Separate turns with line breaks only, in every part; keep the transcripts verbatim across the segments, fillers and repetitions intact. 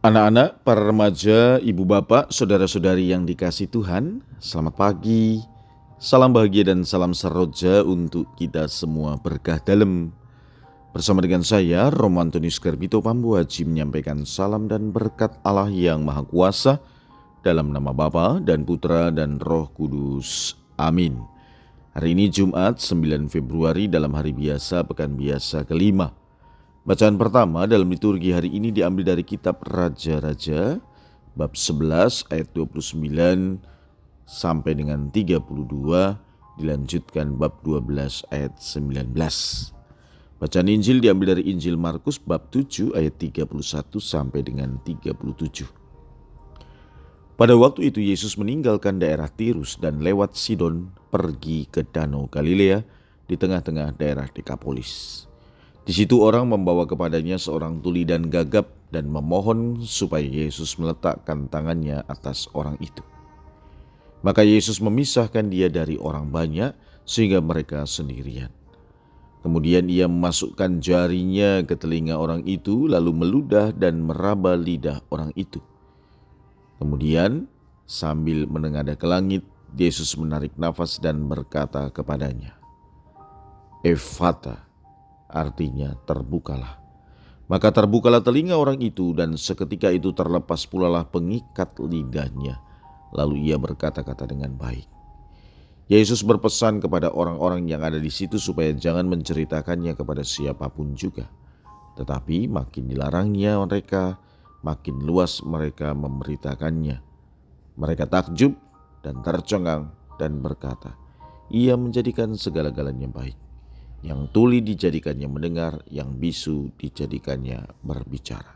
Anak-anak, para remaja, ibu bapak, saudara-saudari yang dikasih Tuhan, selamat pagi, salam bahagia dan salam seroja untuk kita semua berkah dalam. Bersama dengan saya, Romo Antonius Garbito Pambuaji menyampaikan salam dan berkat Allah yang Maha Kuasa dalam nama Bapa dan Putra dan Roh Kudus. Amin. Hari ini Jumat sembilan Februari dalam hari biasa, pekan biasa kelima. Bacaan pertama dalam liturgi hari ini diambil dari kitab Raja-Raja bab sebelas ayat dua puluh sembilan sampai dengan tiga puluh dua, dilanjutkan bab dua belas ayat sembilan belas. Bacaan Injil diambil dari Injil Markus bab tujuh ayat tiga puluh satu sampai dengan tiga puluh tujuh. Pada waktu itu Yesus meninggalkan daerah Tirus dan lewat Sidon pergi ke Danau Galilea di tengah-tengah daerah Dekapolis. Di situ orang membawa kepadanya seorang tuli dan gagap dan memohon supaya Yesus meletakkan tangannya atas orang itu. Maka Yesus memisahkan dia dari orang banyak sehingga mereka sendirian. Kemudian ia memasukkan jarinya ke telinga orang itu lalu meludah dan meraba lidah orang itu. Kemudian sambil menengadah ke langit, Yesus menarik nafas dan berkata kepadanya, "Ephata," artinya terbukalah. Maka terbukalah telinga orang itu dan seketika itu terlepas pulalah pengikat lidahnya. Lalu ia berkata-kata dengan baik. Yesus berpesan kepada orang-orang yang ada di situ supaya jangan menceritakannya kepada siapapun juga. Tetapi makin dilarangnya mereka, makin luas mereka memberitakannya. Mereka takjub dan tercengang dan berkata, "Ia menjadikan segala-galanya baik. Yang tuli dijadikannya mendengar, yang bisu dijadikannya berbicara."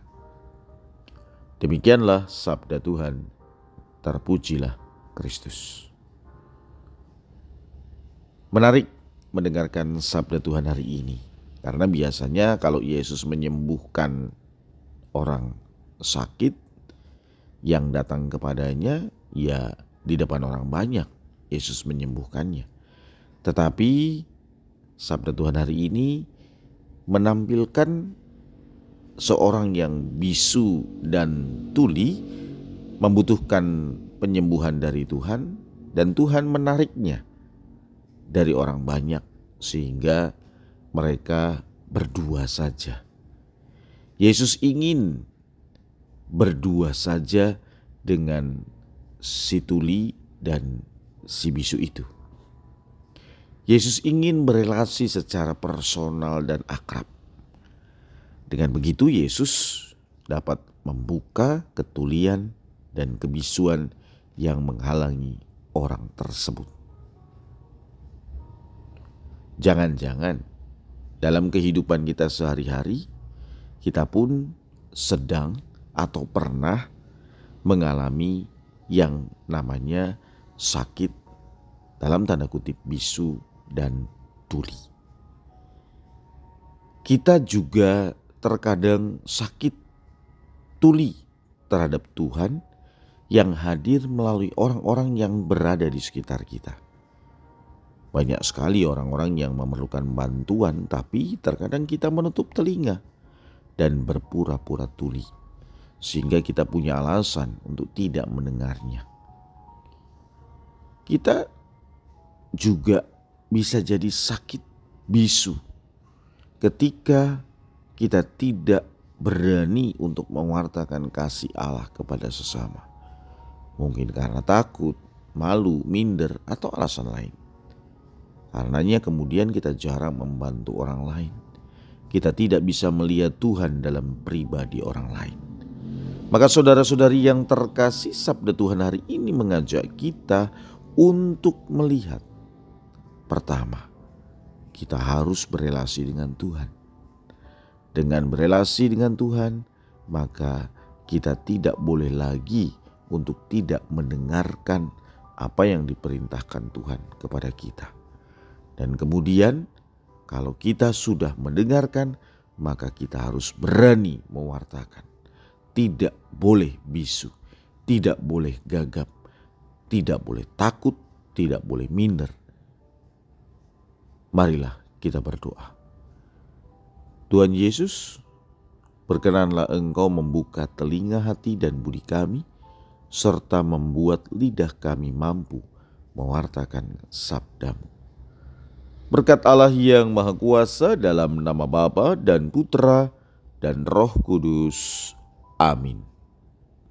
Demikianlah sabda Tuhan. Terpujilah Kristus. Menarik mendengarkan sabda Tuhan hari ini, karena biasanya kalau Yesus menyembuhkan orang sakit yang datang kepadanya, ya di depan orang banyak Yesus menyembuhkannya. Tetapi sabda Tuhan hari ini menampilkan seorang yang bisu dan tuli membutuhkan penyembuhan dari Tuhan, dan Tuhan menariknya dari orang banyak sehingga mereka berdua saja. Yesus ingin berdua saja dengan si tuli dan si bisu itu. Yesus ingin berelasi secara personal dan akrab. Dengan begitu Yesus dapat membuka ketulian dan kebisuan yang menghalangi orang tersebut. Jangan-jangan dalam kehidupan kita sehari-hari kita pun sedang atau pernah mengalami yang namanya sakit, dalam tanda kutip bisu dan tuli. Kita juga terkadang sakit tuli terhadap Tuhan yang hadir melalui orang-orang yang berada di sekitar kita. Banyak sekali orang-orang yang memerlukan bantuan, tapi terkadang kita menutup telinga dan berpura-pura tuli, sehingga kita punya alasan untuk tidak mendengarnya. Kita juga bisa jadi sakit bisu ketika kita tidak berani untuk mewartakan kasih Allah kepada sesama. Mungkin karena takut, malu, minder, atau alasan lain. Karenanya kemudian kita jarang membantu orang lain. Kita tidak bisa melihat Tuhan dalam pribadi orang lain. Maka saudara-saudari yang terkasih, sabda Tuhan hari ini mengajak kita untuk melihat. Pertama, kita harus berelasi dengan Tuhan. Dengan berelasi dengan Tuhan, maka kita tidak boleh lagi untuk tidak mendengarkan apa yang diperintahkan Tuhan kepada kita. Dan kemudian kalau kita sudah mendengarkan, maka kita harus berani mewartakan. Tidak boleh bisu, tidak boleh gagap, tidak boleh takut, tidak boleh minder. Marilah kita berdoa. Tuhan Yesus, Berkenanlah Engkau membuka telinga hati dan budi kami, serta membuat lidah kami mampu mewartakan sabda-Mu. Berkat Allah yang Maha Kuasa, dalam nama Bapa dan Putra dan Roh Kudus. Amin.